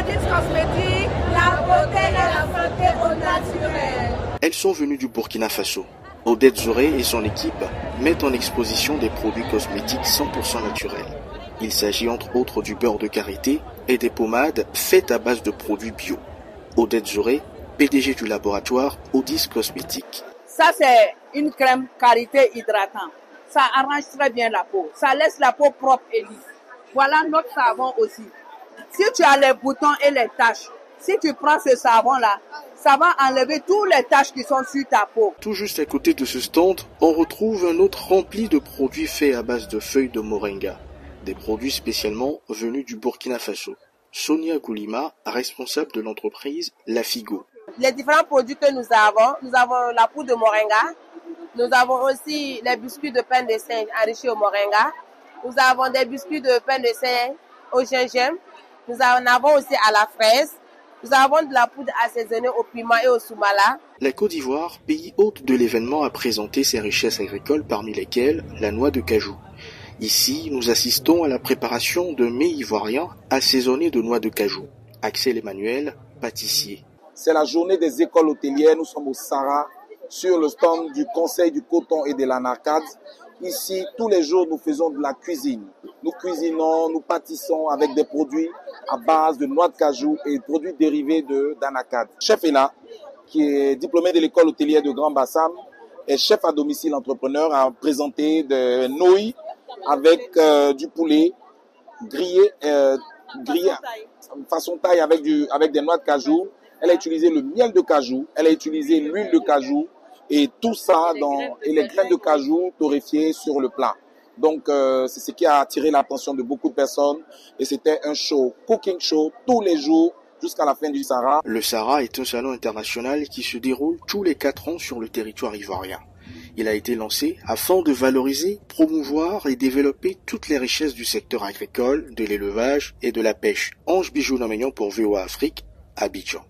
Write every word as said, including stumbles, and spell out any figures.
Odis Cosmétiques, la beauté et la santé au naturel. Elles sont venues du Burkina Faso. Odette Zoré et son équipe mettent en exposition des produits cosmétiques cent pour cent naturels. Il s'agit entre autres du beurre de karité et des pommades faites à base de produits bio. Odette Zoré, P D G du laboratoire Odis Cosmétiques. Ça, c'est une crème karité hydratante. Ça arrange très bien la peau. Ça laisse la peau propre et lisse. Voilà notre savon aussi. Si tu as les boutons et les taches, si tu prends ce savon-là, ça va enlever toutes les taches qui sont sur ta peau. Tout juste à côté de ce stand, on retrouve un autre rempli de produits faits à base de feuilles de moringa. Des produits spécialement venus du Burkina Faso. Sonia Goulima, responsable de l'entreprise La Figo. Les différents produits que nous avons, nous avons la poudre de moringa, nous avons aussi les biscuits de pain de sein enrichis au moringa, nous avons des biscuits de pain de sein au gingembre, nous en avons aussi à la fraise, nous avons de la poudre assaisonnée au piment et au soumala. La Côte d'Ivoire, pays hôte de l'événement, a présenté ses richesses agricoles, parmi lesquelles la noix de cajou. Ici, nous assistons à la préparation de mets ivoiriens assaisonnés de noix de cajou. Axel Emmanuel, pâtissier. C'est la journée des écoles hôtelières. Nous sommes au Sahara, sur le stand du Conseil du coton et de l'anarcade. Ici, tous les jours, nous faisons de la cuisine. Nous cuisinons, nous pâtissons avec des produits à base de noix de cajou et produits dérivés de d'anarcade. Chef est là, qui est diplômé de l'école hôtelière de Grand Bassam, et chef à domicile entrepreneur, a présenté des nouilles avec euh, du poulet grillé, euh, grillé façon taille avec, du, avec des noix de cajou. Elle a utilisé le miel de cajou, elle a utilisé l'huile de cajou et tout ça dans, et les graines de cajou torréfiées sur le plat. Donc euh, c'est ce qui a attiré l'attention de beaucoup de personnes et c'était un show, cooking show, tous les jours jusqu'à la fin du Sahara. Le Sahara est un salon international qui se déroule tous les quatre ans sur le territoire ivoirien. Il a été lancé afin de valoriser, promouvoir et développer toutes les richesses du secteur agricole, de l'élevage et de la pêche. Ange Bijou Nomignon pour V O A Afrique, Abidjan.